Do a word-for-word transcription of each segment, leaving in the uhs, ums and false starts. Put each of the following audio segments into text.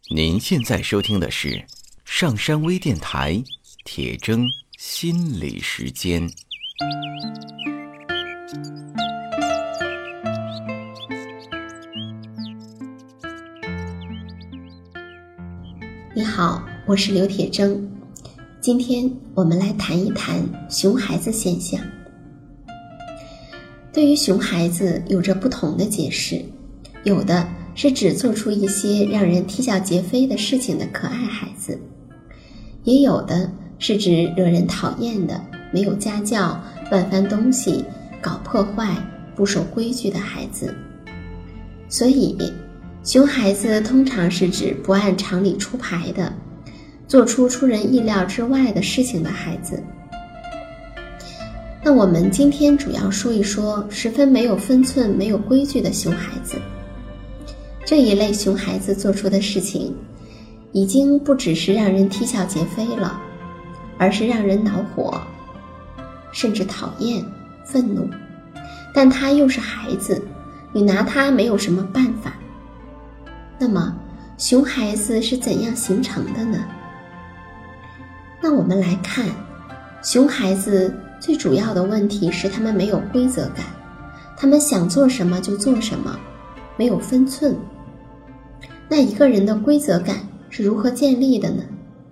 您现在收听的是上山微电台铁铮心理时间。 你好，我是刘铁铮。今天我们来谈一谈熊孩子现象。对于熊孩子有着不同的解释，有的是指做出一些让人啼笑皆非的事情的可爱孩子，也有的是指惹人讨厌的、没有家教、乱翻东西、搞破坏、不守规矩的孩子。所以熊孩子通常是指不按常理出牌的，做出出人意料之外的事情的孩子。那我们今天主要说一说十分没有分寸、没有规矩的熊孩子。这一类熊孩子做出的事情，已经不只是让人啼笑皆非了，而是让人恼火，甚至讨厌、愤怒。但他又是孩子，你拿他没有什么办法。那么，熊孩子是怎样形成的呢？那我们来看，熊孩子最主要的问题是他们没有规则感，他们想做什么就做什么，没有分寸。那一个人的规则感是如何建立的呢？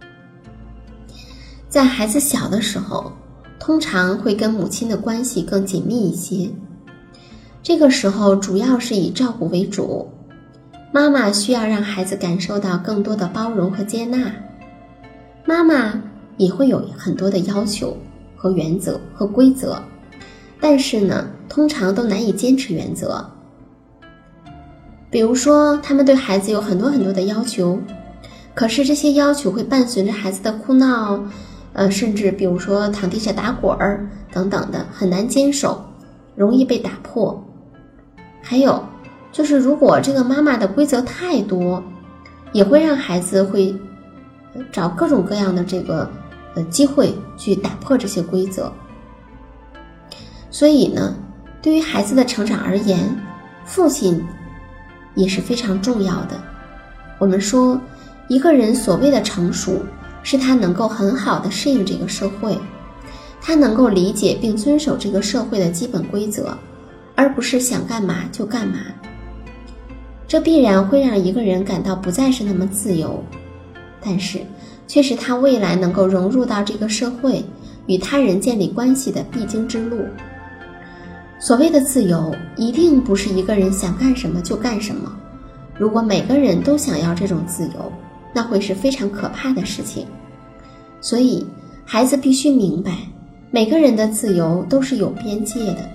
在孩子小的时候，通常会跟母亲的关系更紧密一些。这个时候主要是以照顾为主，妈妈需要让孩子感受到更多的包容和接纳。妈妈也会有很多的要求和原则和规则，但是呢，通常都难以坚持原则。比如说，他们对孩子有很多很多的要求，可是这些要求会伴随着孩子的哭闹，呃，甚至比如说躺地下打滚儿等等的，很难坚守，容易被打破。还有就是，如果这个妈妈的规则太多，也会让孩子会找各种各样的这个呃机会去打破这些规则。所以呢，对于孩子的成长而言，父亲也是非常重要的。我们说，一个人所谓的成熟，是他能够很好的适应这个社会，他能够理解并遵守这个社会的基本规则，而不是想干嘛就干嘛。这必然会让一个人感到不再是那么自由，但是却是他未来能够融入到这个社会，与他人建立关系的必经之路。所谓的自由，一定不是一个人想干什么就干什么。如果每个人都想要这种自由，那会是非常可怕的事情。所以，孩子必须明白，每个人的自由都是有边界的。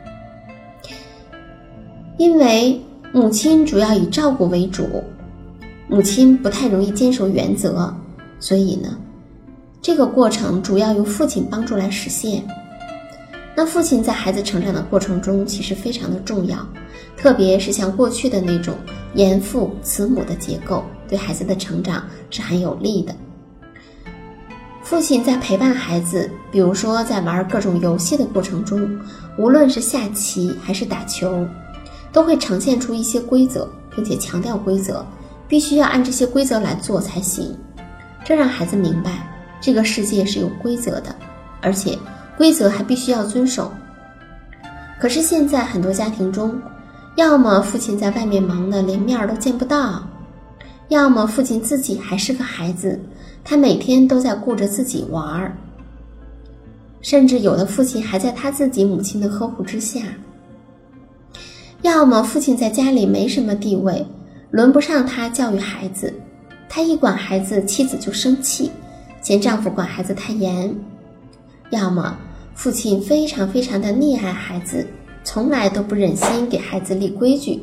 因为母亲主要以照顾为主，母亲不太容易坚守原则，所以呢，这个过程主要由父亲帮助来实现。那父亲在孩子成长的过程中其实非常的重要，特别是像过去的那种严父慈母的结构，对孩子的成长是很有利的。父亲在陪伴孩子，比如说在玩各种游戏的过程中，无论是下棋还是打球，都会呈现出一些规则，并且强调规则，必须要按这些规则来做才行。这让孩子明白，这个世界是有规则的，而且规则还必须要遵守。可是现在很多家庭中，要么父亲在外面忙得连面都见不到，要么父亲自己还是个孩子，他每天都在顾着自己玩，甚至有的父亲还在他自己母亲的呵护之下。要么父亲在家里没什么地位，轮不上他教育孩子，他一管孩子，妻子就生气，嫌丈夫管孩子太严。要么父亲非常非常的溺爱孩子，从来都不忍心给孩子立规矩。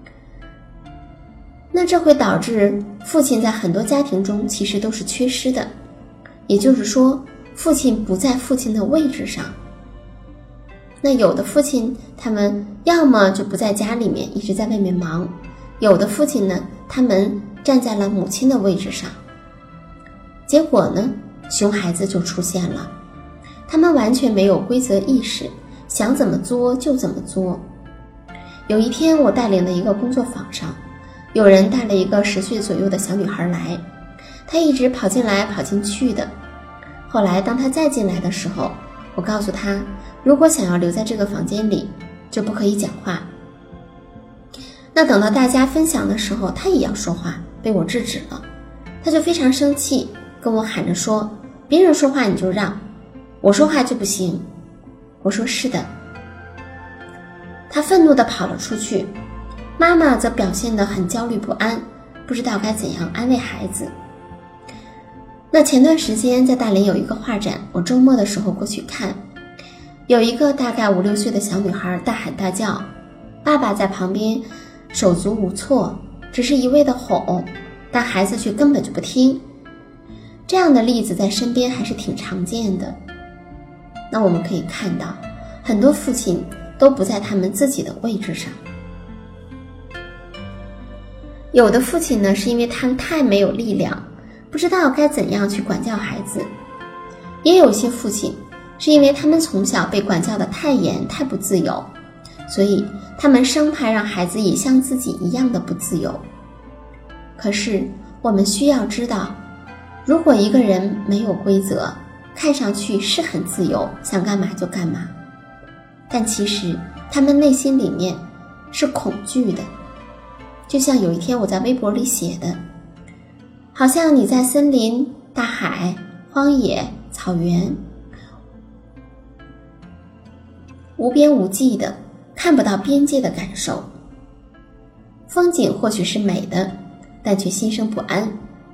那这会导致父亲在很多家庭中其实都是缺失的，也就是说，父亲不在父亲的位置上。那有的父亲他们要么就不在家里面，一直在外面忙，有的父亲呢，他们站在了母亲的位置上。结果呢，熊孩子就出现了，他们完全没有规则意识，想怎么做就怎么做。有一天我带领的一个工作坊上， 有人带了一个十岁左右的小女孩来，她一直跑进来跑进去的。后来当她再进来的时候，我告诉她，如果想要留在这个房间里，就不可以讲话。那等到大家分享的时候，她也要说话，被我制止了。她就非常生气，跟我喊着说，别人说话你就让，我说话就不行。我说是的。她愤怒地跑了出去，妈妈则表现得很焦虑不安，不知道该怎样安慰孩子。那前段时间在大连有一个画展，我周末的时候过去看，有一个大概五六岁的小女孩大喊大叫，爸爸在旁边手足无措，只是一味的吼，但孩子却根本就不听。这样的例子在身边还是挺常见的。那我们可以看到，很多父亲都不在他们自己的位置上。有的父亲呢，是因为他们太没有力量，不知道该怎样去管教孩子；也有些父亲是因为他们从小被管教得太严太不自由，所以他们生怕让孩子也像自己一样的不自由。可是我们需要知道，如果一个人没有规则，看上去是很自由，想干嘛就干嘛，但其实他们内心里面是恐惧的。就像有一天我在微博里写的，好像你在森林、大海、荒野、草原，无边无际的，看不到边界的感受。风景或许是美的，但却心生不安。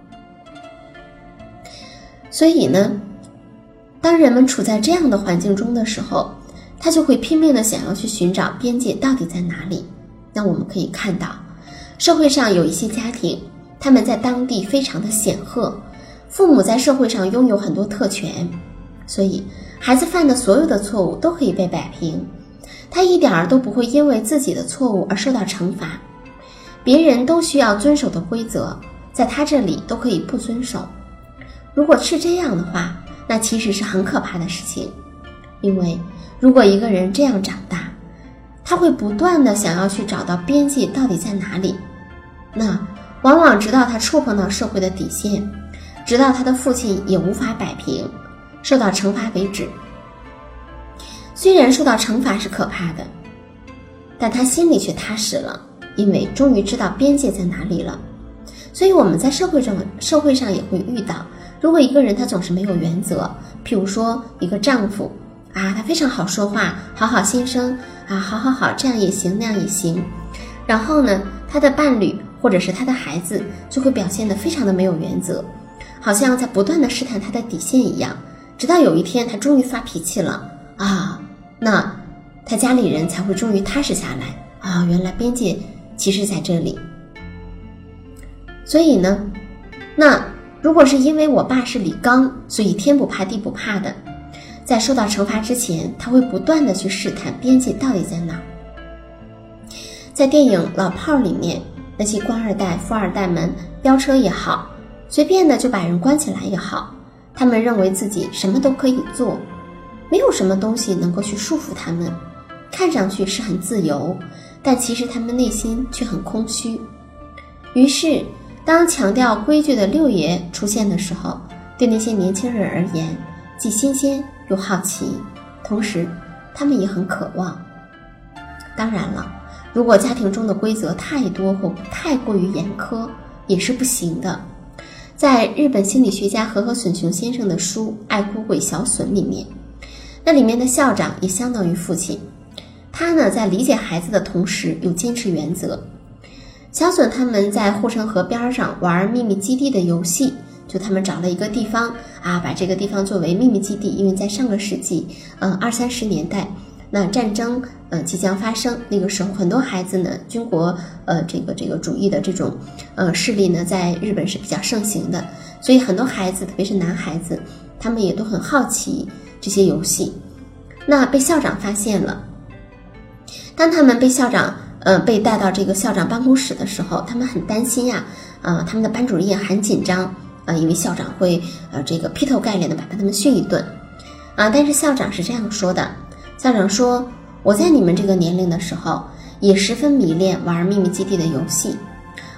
所以呢，当人们处在这样的环境中的时候，他就会拼命的想要去寻找边界到底在哪里。那我们可以看到，社会上有一些家庭，他们在当地非常的显赫，父母在社会上拥有很多特权，所以孩子犯的所有的错误都可以被摆平，他一点儿都不会因为自己的错误而受到惩罚。别人都需要遵守的规则，在他这里都可以不遵守。如果是这样的话，那其实是很可怕的事情。因为如果一个人这样长大，他会不断的想要去找到边界到底在哪里，那往往直到他触碰到社会的底线，直到他的父亲也无法摆平，受到惩罚为止。虽然受到惩罚是可怕的，但他心里却踏实了，因为终于知道边界在哪里了。所以我们在社会上社会上也会遇到，如果一个人他总是没有原则，譬如说一个丈夫啊，他非常好说话，好好先生啊，好好好，这样也行，那样也行。然后呢，他的伴侣或者是他的孩子就会表现得非常的没有原则，好像在不断的试探他的底线一样，直到有一天他终于发脾气了啊，那他家里人才会终于踏实下来啊，原来边界其实在这里。所以呢，那如果是因为我爸是李刚，所以天不怕地不怕的，在受到惩罚之前，他会不断的去试探边界到底在哪。在电影《老炮儿》里面，那些官二代、富二代们飙车也好，随便的就把人关起来也好，他们认为自己什么都可以做，没有什么东西能够去束缚他们，看上去是很自由，但其实他们内心却很空虚。于是当强调规矩的六爷出现的时候，对那些年轻人而言，既新鲜又好奇，同时他们也很渴望。当然了，如果家庭中的规则太多或太过于严苛，也是不行的。在日本心理学家和和隼雄先生的书《爱哭鬼小隼》里面，那里面的校长也相当于父亲，他呢在理解孩子的同时有坚持原则。小隼他们在护城河边上玩秘密基地的游戏，就他们找了一个地方啊，把这个地方作为秘密基地，因为在上个世纪嗯二三十年代，那战争呃即将发生，那个时候很多孩子呢，军国呃这个这个主义的这种呃势力呢在日本是比较盛行的，所以很多孩子特别是男孩子，他们也都很好奇这些游戏。那被校长发现了，当他们被校长呃被带到这个校长办公室的时候，他们很担心呀、啊，呃他们的班主任也很紧张呃因为校长会呃这个劈头盖脸的把他们训一顿啊，但是校长是这样说的，校长说，我在你们这个年龄的时候也十分迷恋玩秘密基地的游戏，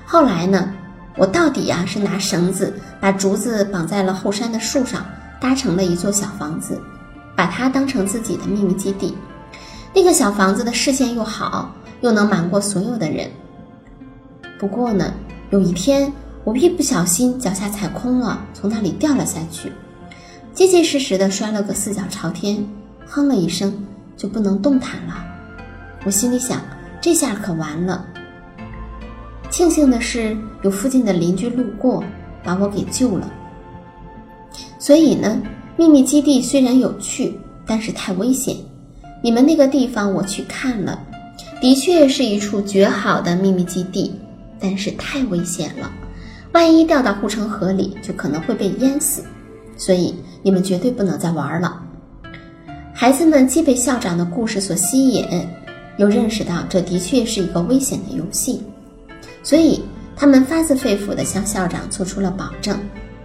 后来呢，我到底呀、啊、是拿绳子把竹子绑在了后山的树上，搭成了一座小房子，把它当成自己的秘密基地。那个小房子的视线又好，又能瞒过所有的人。不过呢，有一天我一不小心脚下踩空了，从那里掉了下去，结结实实的摔了个四脚朝天，哼了一声就不能动弹了。我心里想，这下可完了。庆幸的是，有附近的邻居路过，把我给救了。所以呢，秘密基地虽然有趣，但是太危险。你们那个地方我去看了，的确是一处绝好的秘密基地，但是太危险了，万一掉到护城河里，就可能会被淹死。所以你们绝对不能再玩了。孩子们既被校长的故事所吸引，又认识到这的确是一个危险的游戏，所以他们发自肺腑地向校长做出了保证。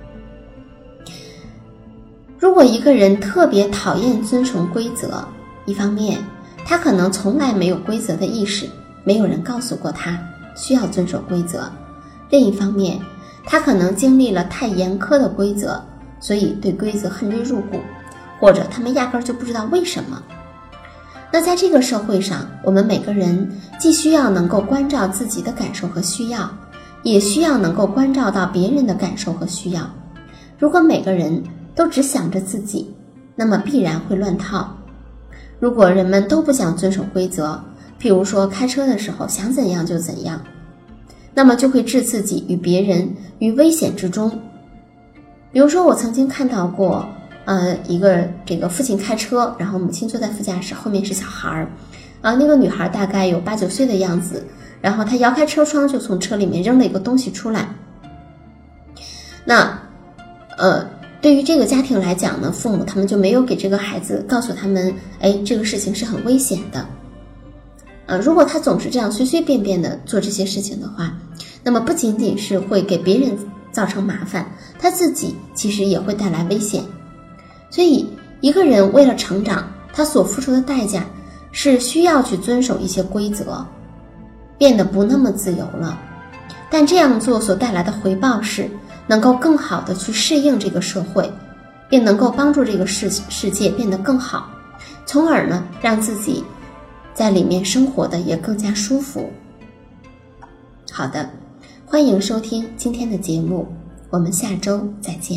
如果一个人特别讨厌遵守规则，一方面他可能从来没有规则的意识，没有人告诉过他需要遵守规则；另一方面他可能经历了太严苛的规则，所以对规则恨之入骨，或者他们压根儿就不知道为什么。那在这个社会上，我们每个人既需要能够关照自己的感受和需要，也需要能够关照到别人的感受和需要。如果每个人都只想着自己，那么必然会乱套。如果人们都不想遵守规则，譬如说开车的时候想怎样就怎样，那么就会置自己与别人于危险之中。比如说我曾经看到过呃，一个这个父亲开车，然后母亲坐在副驾驶，后面是小孩儿，啊，那个女孩大概有八九岁的样子，然后她摇开车窗就从车里面扔了一个东西出来。那呃，对于这个家庭来讲呢，父母他们就没有给这个孩子告诉他们，哎，这个事情是很危险的。呃，如果他总是这样随随便便的做这些事情的话，那么不仅仅是会给别人造成麻烦，他自己其实也会带来危险。所以一个人为了成长，他所付出的代价是需要去遵守一些规则，变得不那么自由了。但这样做所带来的回报是能够更好的去适应这个社会，并能够帮助这个世世界变得更好，从而呢让自己在里面生活的也更加舒服。好的，欢迎收听今天的节目，我们下周再见。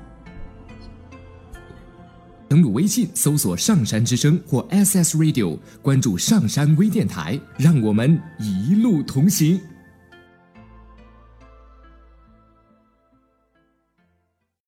登录微信搜索上山之声或 S S Radio， 关注上山微电台，让我们一路同行。